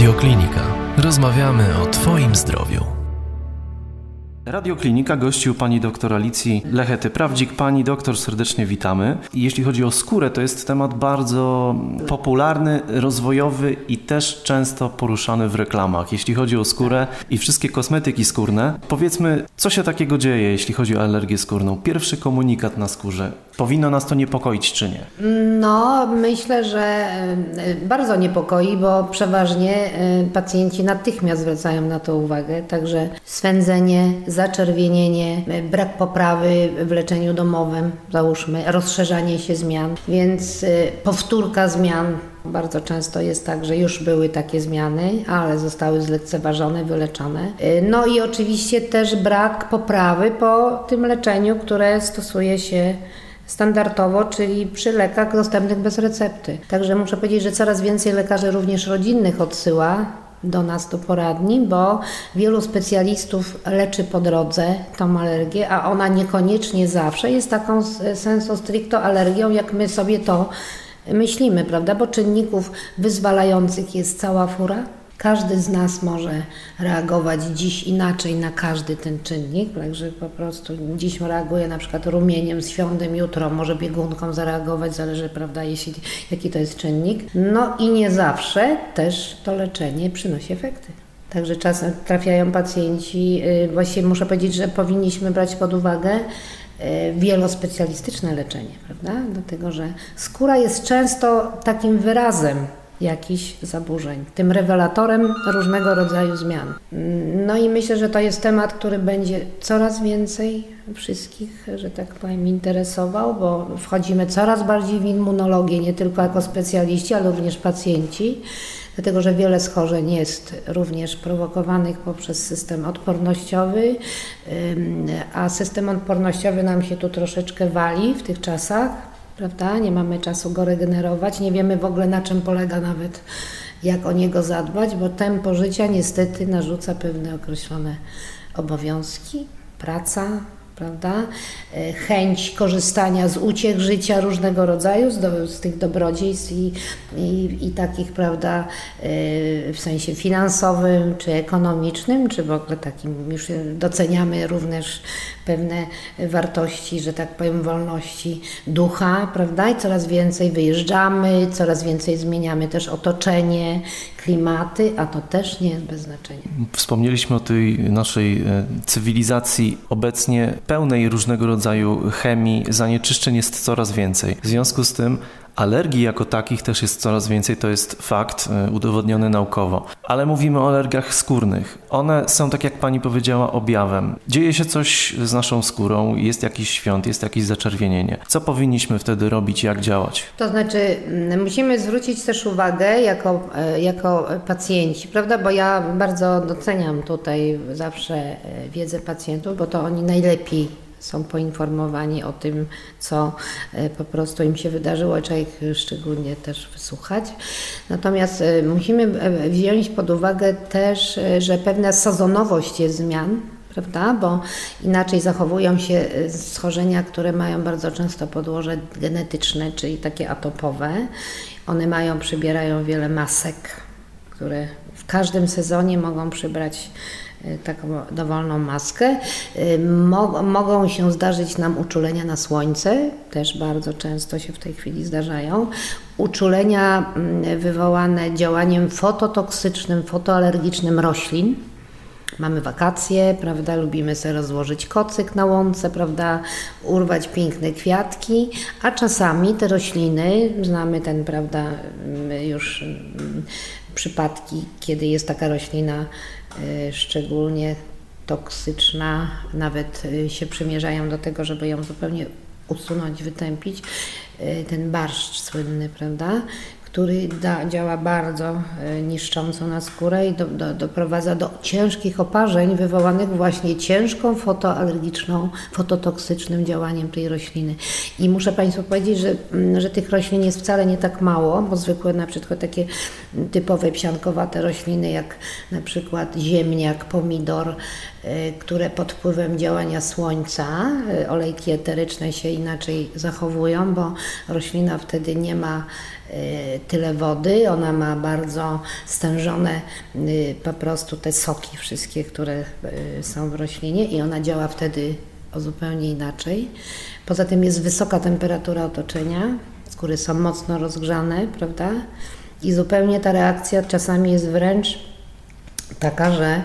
Radioklinika. Rozmawiamy o Twoim zdrowiu. Radioklinika, gościu pani doktor Alicji Lechety-Prawdzik. Pani doktor, serdecznie witamy. Jeśli chodzi o skórę, to jest temat bardzo popularny, rozwojowy i też często poruszany w reklamach. Jeśli chodzi o skórę i wszystkie kosmetyki skórne, powiedzmy, co się takiego dzieje, jeśli chodzi o alergię skórną? Pierwszy komunikat na skórze. Powinno nas to niepokoić, czy nie? No, myślę, że bardzo niepokoi, bo przeważnie pacjenci natychmiast zwracają na to uwagę. Także swędzenie, zaczerwienienie, brak poprawy w leczeniu domowym, załóżmy, rozszerzanie się zmian, więc powtórka zmian. Bardzo często jest tak, że już były takie zmiany, ale zostały zlekceważone, wyleczone. No i oczywiście też brak poprawy po tym leczeniu, które stosuje się standardowo, czyli przy lekach dostępnych bez recepty. Także muszę powiedzieć, że coraz więcej lekarzy również rodzinnych odsyła do nas do poradni, bo wielu specjalistów leczy po drodze tą alergię, a ona niekoniecznie zawsze jest taką sensu stricto alergią, jak my sobie to myślimy, prawda? Bo czynników wyzwalających jest cała fura. Każdy z nas może reagować dziś inaczej na każdy ten czynnik, także po prostu dziś reaguje na przykład rumieniem z świątym, jutro może biegunką zareagować, zależy, prawda, jaki to jest czynnik. No i nie zawsze też to leczenie przynosi efekty. Także czasem trafiają pacjenci, właściwie muszę powiedzieć, że powinniśmy brać pod uwagę wielospecjalistyczne leczenie, prawda? Dlatego, że skóra jest często takim wyrazem jakichś zaburzeń, tym rewelatorem różnego rodzaju zmian. No i myślę, że to jest temat, który będzie coraz więcej wszystkich, że tak powiem, interesował, bo wchodzimy coraz bardziej w immunologię, nie tylko jako specjaliści, ale również pacjenci, dlatego że wiele schorzeń jest również prowokowanych poprzez system odpornościowy, a system odpornościowy nam się tu troszeczkę wali w tych czasach, prawda? Nie mamy czasu go regenerować, nie wiemy w ogóle, na czym polega nawet, jak o niego zadbać, bo tempo życia niestety narzuca pewne określone obowiązki, praca, prawda? Chęć korzystania z uciech życia różnego rodzaju, z tych dobrodziejstw i takich, prawda, w sensie finansowym, czy ekonomicznym, czy w ogóle takim, już doceniamy również pewne wartości, że tak powiem, wolności ducha, prawda? I coraz więcej wyjeżdżamy, coraz więcej zmieniamy też otoczenie, klimaty, a to też nie jest bez znaczenia. Wspomnieliśmy o tej naszej cywilizacji obecnie pełnej różnego rodzaju chemii, zanieczyszczeń jest coraz więcej. W związku z tym alergii jako takich też jest coraz więcej, to jest fakt udowodniony naukowo. Ale mówimy o alergiach skórnych. One są, tak jak pani powiedziała, objawem. Dzieje się coś z naszą skórą, jest jakiś świąt, jest jakieś zaczerwienienie. Co powinniśmy wtedy robić, jak działać? To znaczy, musimy zwrócić też uwagę jako pacjenci, prawda? Bo ja bardzo doceniam tutaj zawsze wiedzę pacjentów, bo to oni najlepiej są poinformowani o tym, co po prostu im się wydarzyło, trzeba ich szczególnie też wysłuchać. Natomiast musimy wziąć pod uwagę też, że pewna sezonowość jest zmian, prawda? Bo inaczej zachowują się schorzenia, które mają bardzo często podłoże genetyczne, czyli takie atopowe. One przybierają wiele masek, które w każdym sezonie mogą przybrać taką dowolną maskę. Mogą się zdarzyć nam uczulenia na słońce, też bardzo często się w tej chwili zdarzają. Uczulenia wywołane działaniem fototoksycznym, fotoalergicznym roślin. Mamy wakacje, prawda, lubimy sobie rozłożyć kocyk na łące, prawda, urwać piękne kwiatki, a czasami te rośliny, znamy ten, prawda, już przypadki, kiedy jest taka roślina szczególnie toksyczna, nawet się przymierzają do tego, żeby ją zupełnie usunąć, wytępić, ten barszcz słynny, prawda, który działa bardzo niszcząco na skórę i doprowadza do ciężkich oparzeń wywołanych właśnie ciężką fotoalergiczną, fototoksycznym działaniem tej rośliny. I muszę Państwu powiedzieć, że tych roślin jest wcale nie tak mało, bo zwykłe na przykład takie typowe psiankowate rośliny jak na przykład ziemniak, pomidor, które pod wpływem działania słońca, olejki eteryczne się inaczej zachowują, bo roślina wtedy nie ma tyle wody, ona ma bardzo stężone po prostu te soki wszystkie, które są w roślinie i ona działa wtedy zupełnie inaczej. Poza tym jest wysoka temperatura otoczenia, skóry są mocno rozgrzane, prawda? I zupełnie ta reakcja czasami jest wręcz taka, że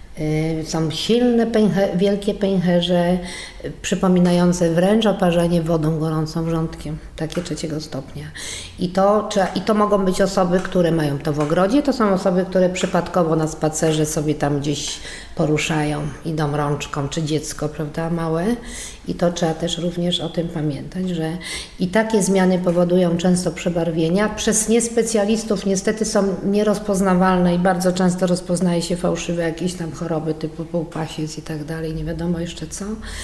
są silne, wielkie pęcherze, przypominające wręcz oparzenie wodą gorącą wrzątkiem, takie 3 stopnia. I to mogą być osoby, które mają to w ogrodzie, to są osoby, które przypadkowo na spacerze sobie tam gdzieś poruszają, idą rączką, czy dziecko, prawda, małe. I to trzeba też również o tym pamiętać, że i takie zmiany powodują często przebarwienia. Przez niespecjalistów niestety są nierozpoznawalne i bardzo często rozpoznaje się fałszywe jakieś tam choroby typu półpasiec i tak dalej, nie wiadomo jeszcze co.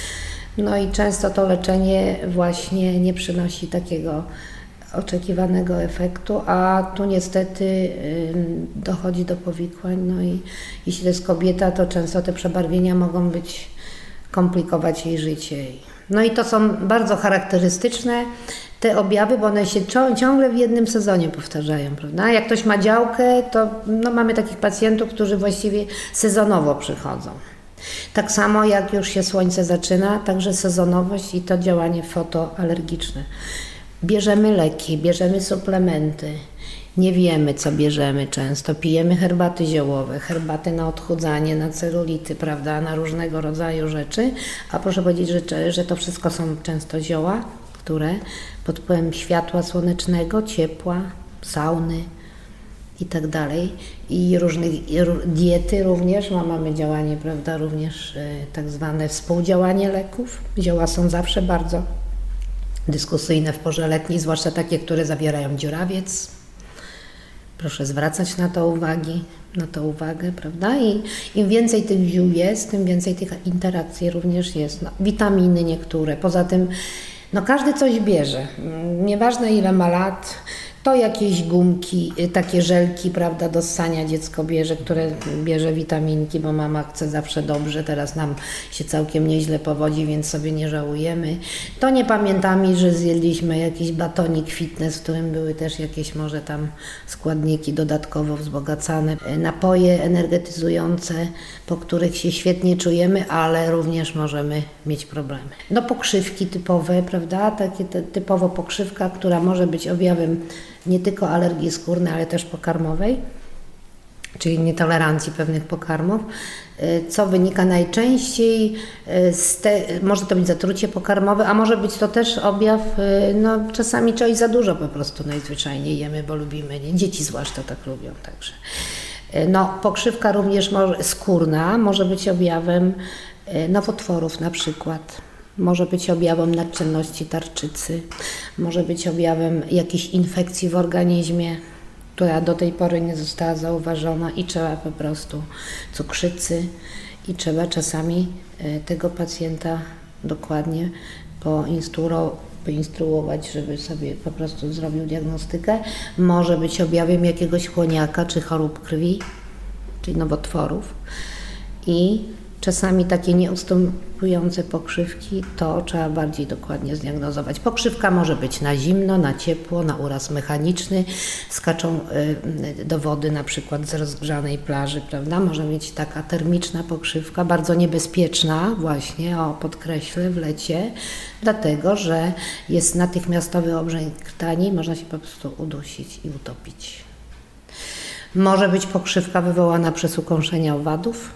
No i często to leczenie właśnie nie przynosi takiego oczekiwanego efektu, a tu niestety dochodzi do powikłań. No i jeśli to jest kobieta, to często te przebarwienia mogą komplikować jej życie. No i to są bardzo charakterystyczne te objawy, bo one się ciągle w jednym sezonie powtarzają, prawda? Jak ktoś ma działkę, to mamy takich pacjentów, którzy właściwie sezonowo przychodzą. Tak samo jak już się słońce zaczyna, także sezonowość i to działanie fotoalergiczne. Bierzemy leki, bierzemy suplementy, nie wiemy co bierzemy często, pijemy herbaty ziołowe, herbaty na odchudzanie, na celulity, prawda, na różnego rodzaju rzeczy, a proszę powiedzieć, że to wszystko są często zioła, które pod wpływem światła słonecznego, ciepła, sauny i tak dalej i różnych diety również, mamy działanie, prawda, również tak zwane współdziałanie leków. Zioła są zawsze bardzo dyskusyjne w porze letniej, zwłaszcza takie, które zawierają dziurawiec. Proszę zwracać na to uwagę, prawda? I im więcej tych ziół jest, tym więcej tych interakcji również jest. Witaminy niektóre, poza tym każdy coś bierze, nieważne ile ma lat, to jakieś gumki, takie żelki, prawda, do ssania dziecko bierze, które bierze witaminki, bo mama chce zawsze dobrze, teraz nam się całkiem nieźle powodzi, więc sobie nie żałujemy. To nie pamiętamy, że zjedliśmy jakiś batonik fitness, w którym były też jakieś może tam składniki dodatkowo wzbogacane, napoje energetyzujące, po których się świetnie czujemy, ale również możemy mieć problemy. Pokrzywki typowe, prawda, takie typowo pokrzywka, która może być objawem nie tylko alergii skórnej, ale też pokarmowej, czyli nietolerancji pewnych pokarmów, co wynika najczęściej może to być zatrucie pokarmowe, a może być to też objaw, czasami czegoś za dużo po prostu najzwyczajniej jemy, bo lubimy, nie? Dzieci zwłaszcza tak lubią, także. Pokrzywka również skórna może być objawem nowotworów na przykład. Może być objawem nadczynności tarczycy, może być objawem jakiejś infekcji w organizmie, która do tej pory nie została zauważona i trzeba po prostu cukrzycy i trzeba czasami tego pacjenta dokładnie poinstruować, żeby sobie po prostu zrobił diagnostykę. Może być objawem jakiegoś chłoniaka czy chorób krwi, czyli nowotworów i czasami takie nieustępujące pokrzywki, to trzeba bardziej dokładnie zdiagnozować. Pokrzywka może być na zimno, na ciepło, na uraz mechaniczny, skaczą do wody na przykład z rozgrzanej plaży, prawda? Może mieć taka termiczna pokrzywka, bardzo niebezpieczna właśnie, podkreślę, w lecie, dlatego, że jest natychmiastowy obrzęk krtani, można się po prostu udusić i utopić. Może być pokrzywka wywołana przez ukąszenia owadów,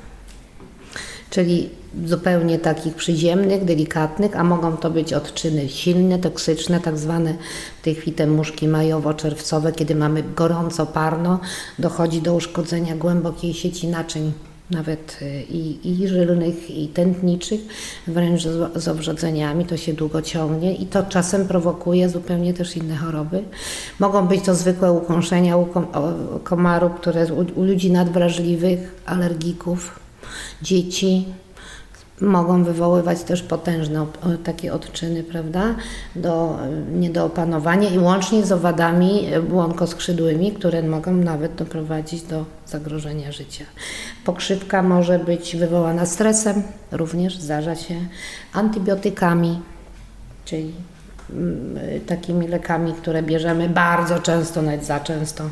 czyli zupełnie takich przyziemnych, delikatnych, a mogą to być odczyny silne, toksyczne, tak zwane w tej chwili te muszki majowo-czerwcowe, kiedy mamy gorąco, parno, dochodzi do uszkodzenia głębokiej sieci naczyń, nawet i żylnych, i tętniczych, wręcz z owrzodzeniami, to się długo ciągnie i to czasem prowokuje zupełnie też inne choroby. Mogą być to zwykłe ukąszenia komarów, które u ludzi nadwrażliwych, alergików, dzieci, mogą wywoływać też potężne takie odczyny, prawda, nie do opanowania i łącznie z owadami błonkoskrzydłymi, które mogą nawet doprowadzić do zagrożenia życia. Pokrzywka może być wywołana stresem, również zdarza się, antybiotykami, czyli takimi lekami, które bierzemy bardzo często, nawet za często.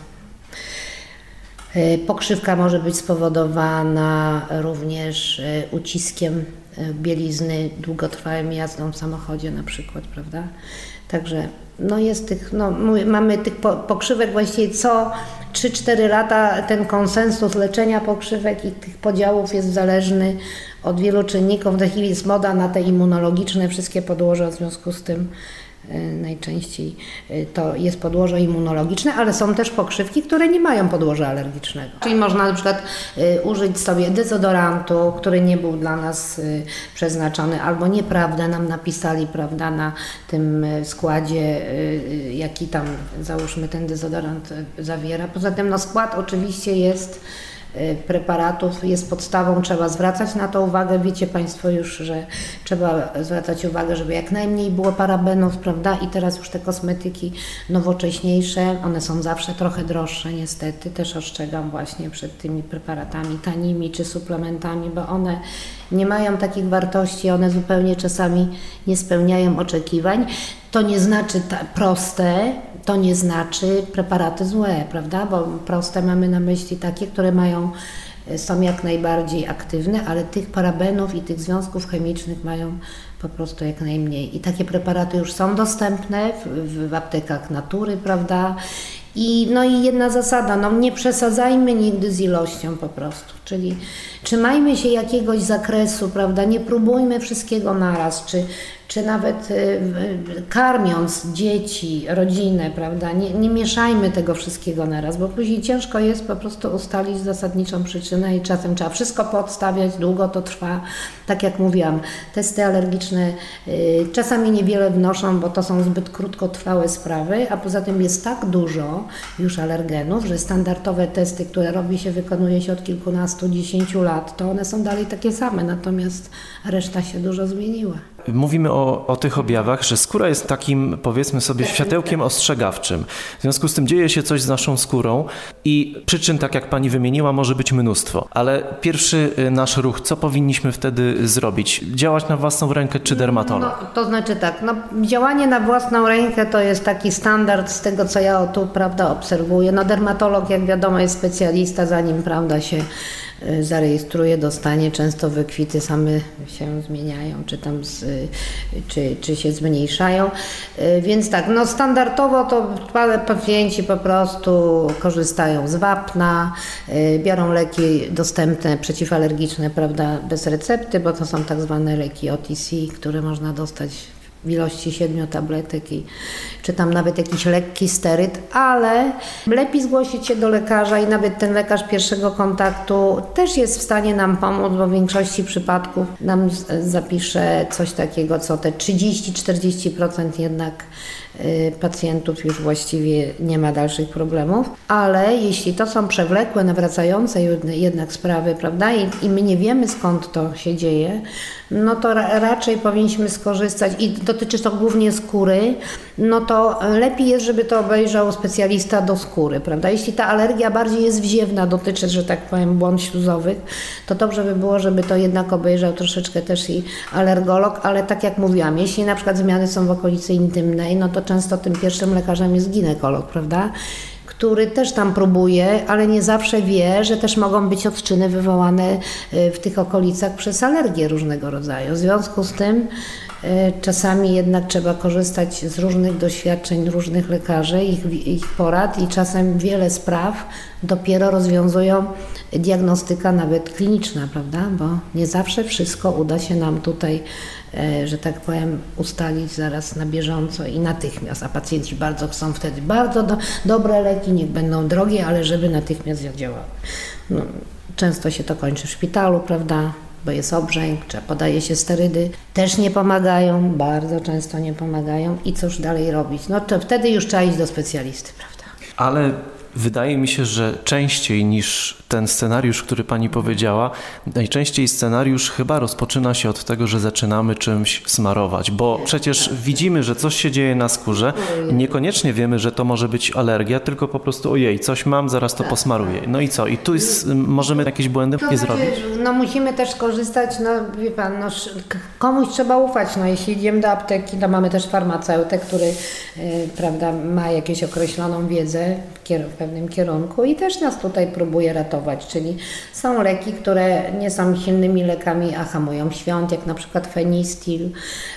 Pokrzywka może być spowodowana również uciskiem bielizny, długotrwałym jazdą w samochodzie na przykład, prawda? Także jest tych, mamy tych pokrzywek właściwie co 3-4 lata. Ten konsensus leczenia pokrzywek i tych podziałów jest zależny od wielu czynników. W tej chwili jest moda na te immunologiczne wszystkie podłoża, w związku z tym najczęściej to jest podłoże immunologiczne, ale są też pokrzywki, które nie mają podłoża alergicznego. Czyli można na przykład użyć sobie dezodorantu, który nie był dla nas przeznaczony, albo nieprawdę nam napisali, prawda, na tym składzie, jaki tam, załóżmy, ten dezodorant zawiera. Poza tym skład oczywiście jest preparatów, jest podstawą, trzeba zwracać na to uwagę. Wiecie Państwo już, że trzeba zwracać uwagę, żeby jak najmniej było parabenów, prawda? I teraz już te kosmetyki nowocześniejsze, one są zawsze trochę droższe niestety. Też ostrzegam właśnie przed tymi preparatami tanimi czy suplementami, bo one nie mają takich wartości, one zupełnie czasami nie spełniają oczekiwań. To nie znaczy proste, to nie znaczy preparaty złe, prawda? Bo proste mamy na myśli takie, które są jak najbardziej aktywne, ale tych parabenów i tych związków chemicznych mają po prostu jak najmniej. I takie preparaty już są dostępne w aptekach natury, prawda? I jedna zasada, nie przesadzajmy nigdy z ilością po prostu, czyli trzymajmy się jakiegoś zakresu, prawda, nie próbujmy wszystkiego naraz, czy nawet karmiąc dzieci, rodzinę, prawda, nie mieszajmy tego wszystkiego naraz, bo później ciężko jest po prostu ustalić zasadniczą przyczynę i czasem trzeba wszystko podstawiać, długo to trwa. Tak jak mówiłam, testy alergiczne czasami niewiele wnoszą, bo to są zbyt krótkotrwałe sprawy, a poza tym jest tak dużo już alergenów, że standardowe testy, które wykonuje się od kilkunastu, 10 lat, to one są dalej takie same, natomiast reszta się dużo zmieniła. Mówimy o tych objawach, że skóra jest takim, powiedzmy sobie, światełkiem ostrzegawczym. W związku z tym dzieje się coś z naszą skórą i przyczyn, tak jak Pani wymieniła, może być mnóstwo. Ale pierwszy nasz ruch, co powinniśmy wtedy zrobić? Działać na własną rękę czy dermatolog? To znaczy tak, działanie na własną rękę to jest taki standard z tego, co ja tu, prawda, obserwuję. Dermatolog, jak wiadomo, jest specjalista, zanim, prawda, się zarejestruje, dostanie, często wykwity same się zmieniają, czy się zmniejszają. Więc tak, standardowo to pacjenci po prostu korzystają z wapna, biorą leki dostępne, przeciwalergiczne, prawda, bez recepty, bo to są tak zwane leki OTC, które można dostać w ilości 7 tabletek czy tam nawet jakiś lekki steryt, ale lepiej zgłosić się do lekarza i nawet ten lekarz pierwszego kontaktu też jest w stanie nam pomóc, bo w większości przypadków nam zapisze coś takiego, co te 30-40% jednak pacjentów już właściwie nie ma dalszych problemów, ale jeśli to są przewlekłe, nawracające jednak sprawy, prawda, i my nie wiemy, skąd to się dzieje, to raczej powinniśmy skorzystać, i dotyczy to głównie skóry, to lepiej jest, żeby to obejrzał specjalista do skóry, prawda. Jeśli ta alergia bardziej jest wziewna, dotyczy, że tak powiem, błon śluzowych, to dobrze by było, żeby to jednak obejrzał troszeczkę też i alergolog, ale tak jak mówiłam, jeśli na przykład zmiany są w okolicy intymnej, to często tym pierwszym lekarzem jest ginekolog, prawda, który też tam próbuje, ale nie zawsze wie, że też mogą być odczyny wywołane w tych okolicach przez alergie różnego rodzaju. W związku z tym czasami jednak trzeba korzystać z różnych doświadczeń różnych lekarzy, ich porad, i czasem wiele spraw dopiero rozwiązują diagnostyka nawet kliniczna, prawda? Bo nie zawsze wszystko uda się nam tutaj, że tak powiem, ustalić zaraz na bieżąco i natychmiast, a pacjenci bardzo chcą wtedy bardzo dobre leki, niech będą drogie, ale żeby natychmiast zadziałały. Często się to kończy w szpitalu, prawda? Bo jest obrzęk, czy podaje się sterydy, też nie pomagają, bardzo często nie pomagają i cóż dalej robić? To wtedy już trzeba iść do specjalisty, prawda? Ale Wydaje mi się, że częściej niż ten scenariusz, który pani powiedziała, najczęściej scenariusz chyba rozpoczyna się od tego, że zaczynamy czymś smarować, bo przecież widzimy, że coś się dzieje na skórze i niekoniecznie wiemy, że to może być alergia, tylko po prostu ojej, coś mam, zaraz to posmaruję. No i co? I tu możemy jakieś błędy nie zrobić? No musimy też korzystać, no wie pan, no, komuś trzeba ufać, no jeśli idziemy do apteki, to mamy też farmaceutę, który prawda, ma jakąś określoną wiedzę w pewnym kierunku i też nas tutaj próbuje ratować, czyli są leki, które nie są silnymi lekami, a hamują świąt, jak na przykład fenistil.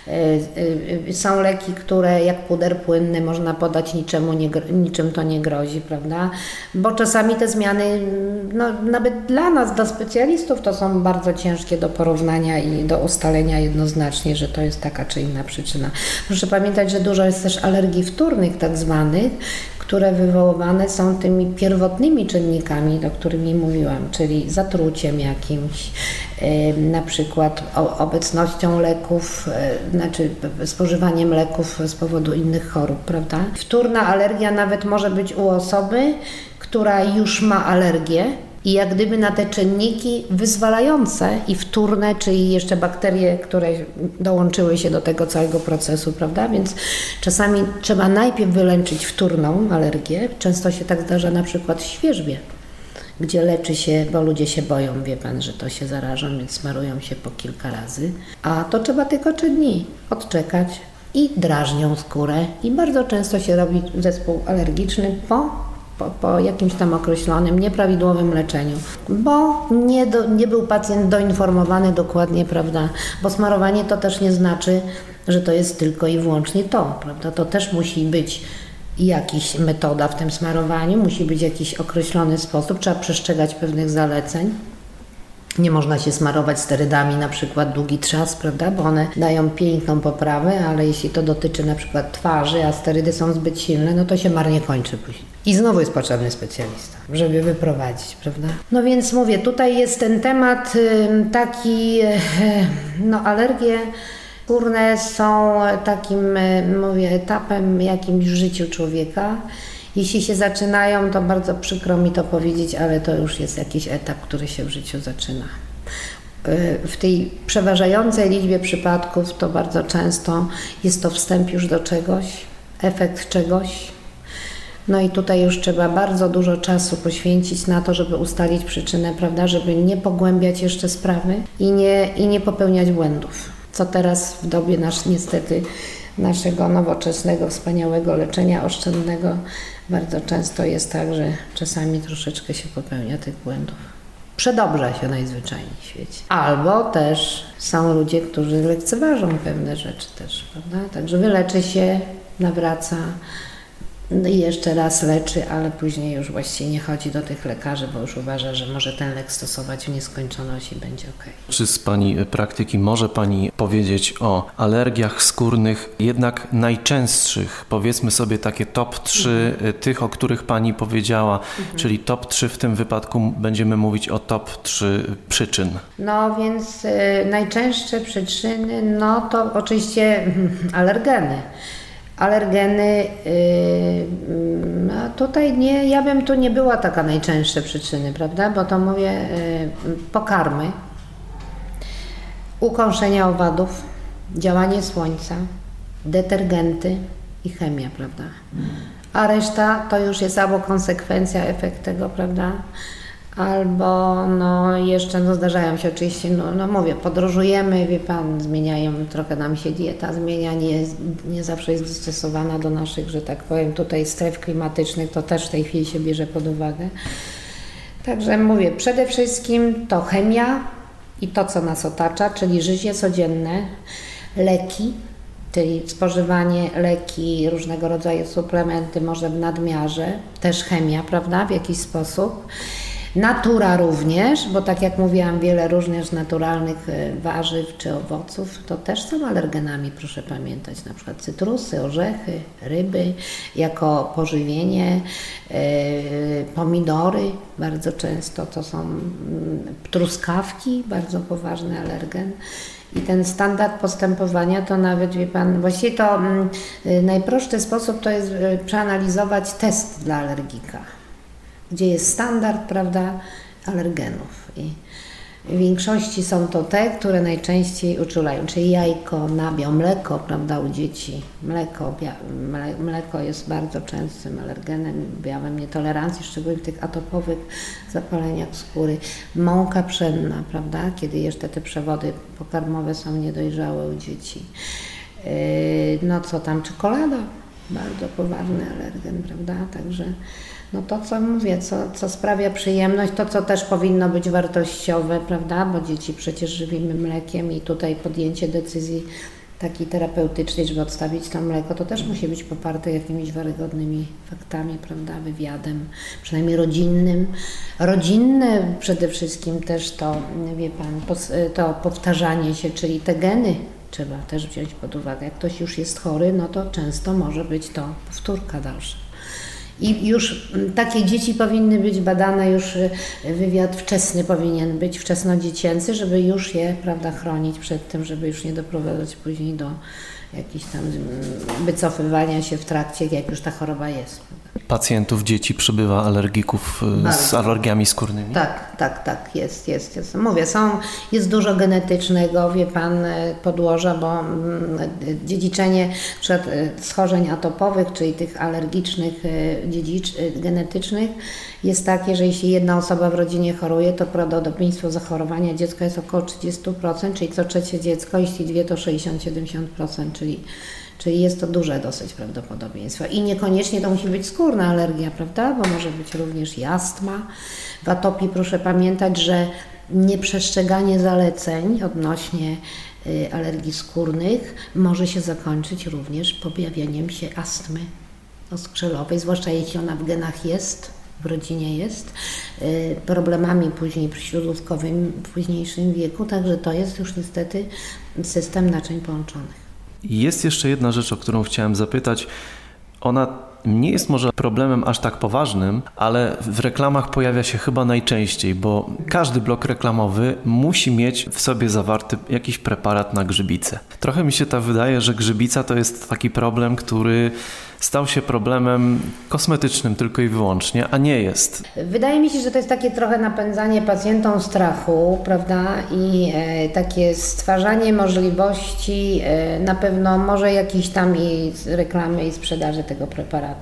Są leki, które jak puder płynny można podać, niczym to nie grozi, prawda? Bo czasami te zmiany, no, nawet dla nas, dla specjalistów, to są bardzo ciężkie do porównania i do ustalenia jednoznacznie, że to jest taka czy inna przyczyna. Proszę pamiętać, że dużo jest też alergii wtórnych tak zwanych, które wywoływane są tymi pierwotnymi czynnikami, o którymi mówiłam, czyli zatruciem jakimś, na przykład obecnością leków, znaczy spożywaniem leków z powodu innych chorób, prawda? Wtórna alergia nawet może być u osoby, która już ma alergię, i jak gdyby na te czynniki wyzwalające i wtórne, czyli jeszcze bakterie, które dołączyły się do tego całego procesu, prawda? Więc czasami trzeba najpierw wyleczyć wtórną alergię. Często się tak zdarza na przykład w świerzbie, gdzie leczy się, bo ludzie się boją, wie pan, że to się zarażą, więc smarują się po kilka razy. A to trzeba tylko 3 dni odczekać i drażnią skórę. I bardzo często się robi zespół alergiczny po jakimś tam określonym, nieprawidłowym leczeniu, bo nie był pacjent doinformowany dokładnie, prawda, bo smarowanie to też nie znaczy, że to jest tylko i wyłącznie to, prawda, to też musi być jakaś metoda w tym smarowaniu, musi być jakiś określony sposób, trzeba przestrzegać pewnych zaleceń. Nie można się smarować sterydami na przykład długi czas, prawda, bo one dają piękną poprawę, ale jeśli to dotyczy na przykład twarzy, a sterydy są zbyt silne, no to się marnie kończy później. I znowu jest potrzebny specjalista, żeby wyprowadzić, prawda. No więc mówię, tutaj jest ten temat taki, no alergie skórne są takim, mówię, etapem jakimś w życiu człowieka. Jeśli się zaczynają, to bardzo przykro mi to powiedzieć, ale to już jest jakiś etap, który się w życiu zaczyna. W tej przeważającej liczbie przypadków to bardzo często jest to wstęp już do czegoś, efekt czegoś. No i tutaj już trzeba bardzo dużo czasu poświęcić na to, żeby ustalić przyczynę, prawda, żeby nie pogłębiać jeszcze sprawy i nie popełniać błędów. Co teraz w dobie niestety naszego nowoczesnego, wspaniałego leczenia oszczędnego bardzo często jest tak, że czasami troszeczkę się popełnia tych błędów. Przedobrza się najzwyczajniej w świecie. Albo też są ludzie, którzy lekceważą pewne rzeczy też, prawda? Także wyleczy się, nawraca i jeszcze raz leczy, ale później już właściwie nie chodzi do tych lekarzy, bo już uważa, że może ten lek stosować w nieskończoność i będzie okej. Czy z pani praktyki może pani powiedzieć o alergiach skórnych, jednak najczęstszych, powiedzmy sobie takie top 3 tych, o których pani powiedziała, czyli top 3 w tym wypadku będziemy mówić o top 3 przyczyn. No więc najczęstsze przyczyny, no to oczywiście alergeny. Alergeny, no tutaj nie, ja bym tu nie była taka najczęstsze przyczyny, prawda, bo to mówię pokarmy, ukąszenia owadów, działanie słońca, detergenty i chemia, prawda, a reszta to już jest albo konsekwencja, efekt tego, prawda, albo no jeszcze no zdarzają się oczywiście, no mówię, podróżujemy, wie pan, zmieniają, trochę nam się dieta zmienia, nie zawsze jest dostosowana do naszych, że tak powiem, tutaj stref klimatycznych, to też w tej chwili się bierze pod uwagę. Także mówię, przede wszystkim to chemia i to, co nas otacza, czyli życie codzienne, leki, czyli spożywanie leki, różnego rodzaju suplementy, może w nadmiarze, też chemia, prawda, w jakiś sposób. Natura również, bo tak jak mówiłam, wiele różnych naturalnych warzyw czy owoców to też są alergenami, proszę pamiętać, na przykład cytrusy, orzechy, ryby jako pożywienie, pomidory bardzo często to są truskawki, bardzo poważny alergen. I ten standard postępowania to nawet, wie pan, właściwie to najprostszy sposób to jest przeanalizować test dla alergika. gdzie jest standard, prawda, alergenów. I w większości są to te, które najczęściej uczulają, czyli jajko, nabiał, mleko, prawda, u dzieci. Mleko jest bardzo częstym alergenem, objawem nietolerancji, szczególnie w tych atopowych zapaleniach skóry. Mąka pszenna, prawda, kiedy jeszcze te przewody pokarmowe są niedojrzałe u dzieci. No co tam, czekolada, bardzo poważny alergen, prawda, także no to, co mówię, co sprawia przyjemność, to, co też powinno być wartościowe, prawda, bo dzieci przecież żywimy mlekiem i tutaj podjęcie decyzji takiej terapeutycznej, żeby odstawić to mleko, to też musi być poparte jakimiś wiarygodnymi faktami, prawda, wywiadem, przynajmniej rodzinnym. Rodzinne przede wszystkim też to, wie Pan, to powtarzanie się, czyli te geny trzeba też wziąć pod uwagę. Jak ktoś już jest chory, no to często może być to powtórka dalsza. I już takie dzieci powinny być badane, już wywiad wczesny powinien być, wczesnodziecięcy, żeby już je, prawda, chronić przed tym, żeby już nie doprowadzać później do jakichś tam wycofywania się w trakcie, jak już ta choroba jest. Pacjentów, dzieci przybywa alergików z alergiami skórnymi? Tak, jest. Mówię, jest dużo genetycznego, wie Pan, podłoża, bo dziedziczenie schorzeń atopowych, czyli tych alergicznych, genetycznych jest takie, że jeśli jedna osoba w rodzinie choruje, to prawdopodobieństwo zachorowania dziecka jest około 30%, czyli co trzecie dziecko, jeśli dwie to 60-70%, czyli jest to duże dosyć prawdopodobieństwo. I niekoniecznie to musi być skórna alergia, prawda? Bo może być również i astma. W atopii proszę pamiętać, że nieprzestrzeganie zaleceń odnośnie alergii skórnych może się zakończyć również pojawieniem się astmy oskrzelowej, zwłaszcza jeśli ona w genach jest, w rodzinie jest, problemami później śródłóżkowymi w późniejszym wieku, także to jest już niestety system naczyń połączonych. Jest jeszcze jedna rzecz, o którą chciałem zapytać. Ona nie jest może problemem aż tak poważnym, ale w reklamach pojawia się chyba najczęściej, bo każdy blok reklamowy musi mieć w sobie zawarty jakiś preparat na grzybicę. Trochę mi się wydaje, że grzybica to jest taki problem, który stał się problemem kosmetycznym tylko i wyłącznie, a nie jest. Wydaje mi się, że to jest takie trochę napędzanie pacjentom strachu, prawda, i takie stwarzanie możliwości na pewno może jakiejś tam i reklamy i sprzedaży tego preparatu.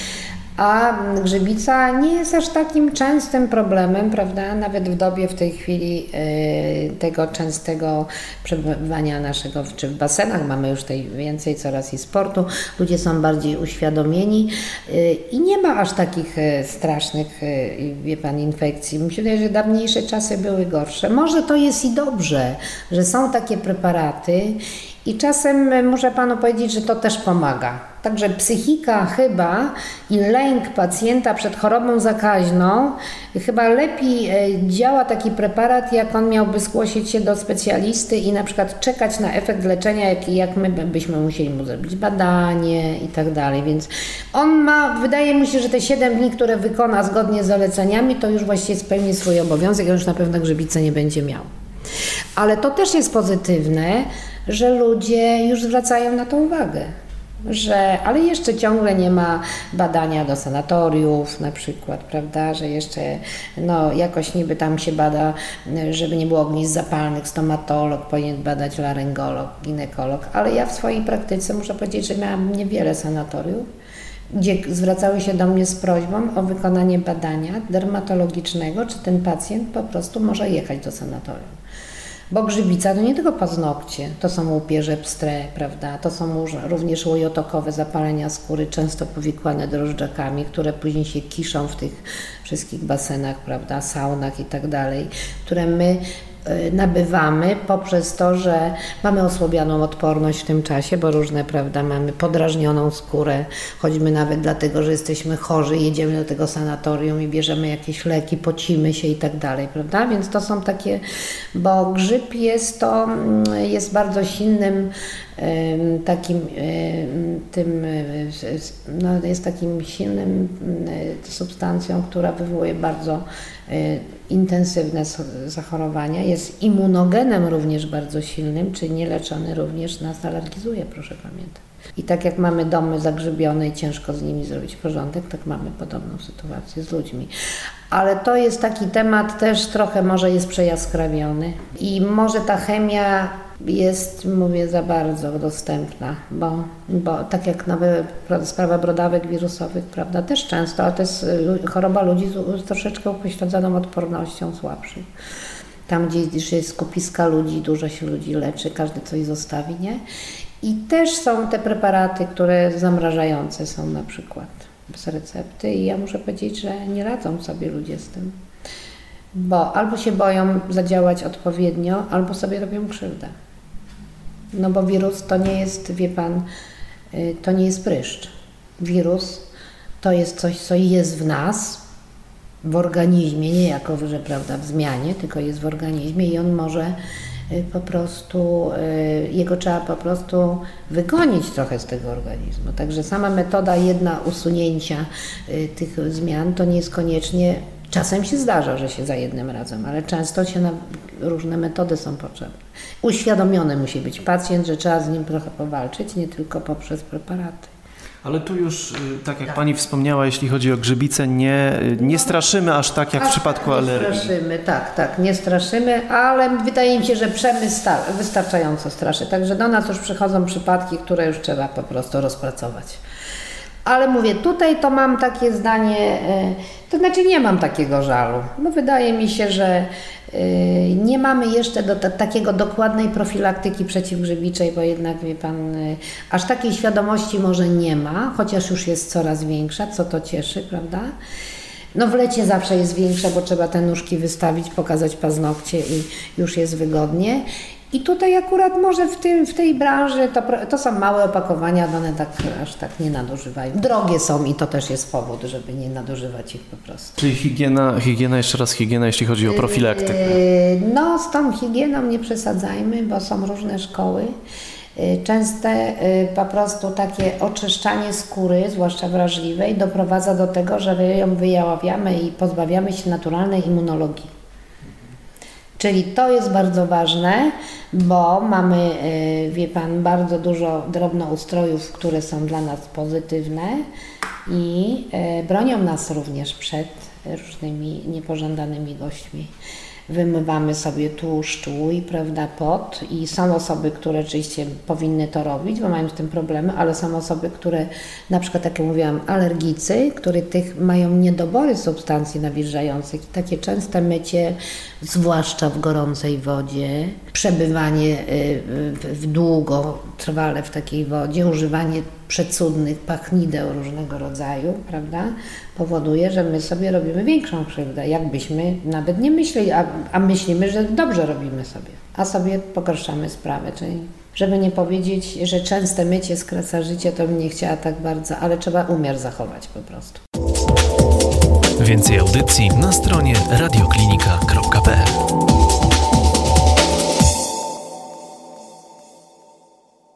A grzybica nie jest aż takim częstym problemem, prawda? Nawet w dobie w tej chwili tego częstego przebywania naszego, czy w basenach mamy już tej więcej coraz i sportu, ludzie są bardziej uświadomieni i nie ma aż takich strasznych, wie Pan, infekcji. Mi się wydaje, że dawniejsze czasy były gorsze. Może to jest i dobrze, że są takie preparaty i czasem muszę Panu powiedzieć, że to też pomaga. Także psychika chyba i lęk pacjenta przed chorobą zakaźną chyba lepiej działa taki preparat, jak on miałby zgłosić się do specjalisty i na przykład czekać na efekt leczenia, jak my byśmy musieli mu zrobić badanie i tak dalej. Więc on ma, wydaje mu się, że te 7 dni, które wykona zgodnie z zaleceniami, to już właściwie spełni swój obowiązek, a już na pewno grzybicy nie będzie miał. Ale to też jest pozytywne, że ludzie już zwracają na to uwagę. Ale jeszcze ciągle nie ma badania do sanatoriów na przykład, prawda, że jeszcze jakoś niby tam się bada, żeby nie było ognisk zapalnych, stomatolog powinien badać, laryngolog, ginekolog, ale ja w swojej praktyce muszę powiedzieć, że miałam niewiele sanatoriów, gdzie zwracały się do mnie z prośbą o wykonanie badania dermatologicznego, czy ten pacjent po prostu może jechać do sanatorium. Bo grzybica to nie tylko paznokcie, to są łupieże pstre, prawda? To są również łojotokowe zapalenia skóry, często powikłane drożdżakami, które później się kiszą w tych wszystkich basenach, prawda, saunach i tak dalej, które my nabywamy poprzez to, że mamy osłabioną odporność w tym czasie, bo różne, prawda, mamy podrażnioną skórę, choćby nawet dlatego, że jesteśmy chorzy, jedziemy do tego sanatorium i bierzemy jakieś leki, pocimy się i tak dalej, prawda, więc to są takie, bo grzyb jest bardzo silnym jest takim silnym substancją, która wywołuje bardzo intensywne zachorowania, jest immunogenem również bardzo silnym, czyli nieleczony również nas alergizuje, proszę pamiętać. I tak jak mamy domy zagrzybione i ciężko z nimi zrobić porządek, tak mamy podobną sytuację z ludźmi. Ale to jest taki temat też trochę może jest przejaskrawiony i może ta chemia jest, mówię, za bardzo dostępna, bo tak jak nawet sprawa brodawek wirusowych, prawda, też często, ale to jest choroba ludzi z troszeczkę upośledzoną odpornością, słabszych. Tam, gdzie jest skupiska ludzi, dużo się ludzi leczy, każdy coś zostawi, nie? I też są te preparaty, które zamrażające są na przykład bez recepty i ja muszę powiedzieć, że nie radzą sobie ludzie z tym, bo albo się boją zadziałać odpowiednio, albo sobie robią krzywdę. No bo wirus to nie jest, wie Pan, to nie jest pryszcz. Wirus to jest coś, co jest w nas, w organizmie, nie jako, że prawda, w zmianie, tylko jest w organizmie i on może po prostu, jego trzeba po prostu wygonić trochę z tego organizmu. Także sama metoda jedna usunięcia tych zmian to nie jest koniecznie, czasem się zdarza, że się za jednym razem, ale często się różne metody są potrzebne. Uświadomiony musi być pacjent, że trzeba z nim trochę powalczyć, nie tylko poprzez preparaty. Ale tu już, tak jak Pani wspomniała, jeśli chodzi o grzybice, nie straszymy aż tak jak w przypadku alergii. Nie straszymy, tak, nie straszymy, ale wydaje mi się, że przemysł wystarczająco straszy. Także do nas już przychodzą przypadki, które już trzeba po prostu rozpracować. Ale mówię, tutaj to mam takie zdanie, to znaczy nie mam takiego żalu, bo wydaje mi się, że nie mamy jeszcze takiego dokładnej profilaktyki przeciwgrzybiczej, bo jednak, wie Pan, aż takiej świadomości może nie ma, chociaż już jest coraz większa, co to cieszy, prawda? No w lecie zawsze jest większa, bo trzeba te nóżki wystawić, pokazać paznokcie i już jest wygodnie. I tutaj akurat może w tej branży to są małe opakowania, one tak aż tak nie nadużywają. Drogie są i to też jest powód, żeby nie nadużywać ich po prostu. Czyli higiena, jeszcze raz higiena, jeśli chodzi o profilaktykę. No z tą higieną nie przesadzajmy, bo są różne szkoły. Częste po prostu takie oczyszczanie skóry, zwłaszcza wrażliwej, doprowadza do tego, że ją wyjaławiamy i pozbawiamy się naturalnej immunologii. Czyli to jest bardzo ważne, bo mamy, wie Pan, bardzo dużo drobnoustrojów, które są dla nas pozytywne i bronią nas również przed różnymi niepożądanymi gośćmi. Wymywamy sobie tłuszcz, łój, prawda, pot i są osoby, które oczywiście powinny to robić, bo mają z tym problemy, ale są osoby, które na przykład, tak jak mówiłam, alergicy, które mają niedobory substancji nawilżających i takie częste mycie, zwłaszcza w gorącej wodzie, przebywanie długotrwale w takiej wodzie, używanie przecudnych pachnideł różnego rodzaju, prawda, powoduje, że my sobie robimy większą krzywdę, jakbyśmy nawet nie myśleli, a myślimy, że dobrze robimy sobie, a sobie pogarszamy sprawę, czyli żeby nie powiedzieć, że częste mycie skraca życie, to bym nie chciała tak bardzo, ale trzeba umiar zachować po prostu. Więcej audycji na stronie radioklinika.pl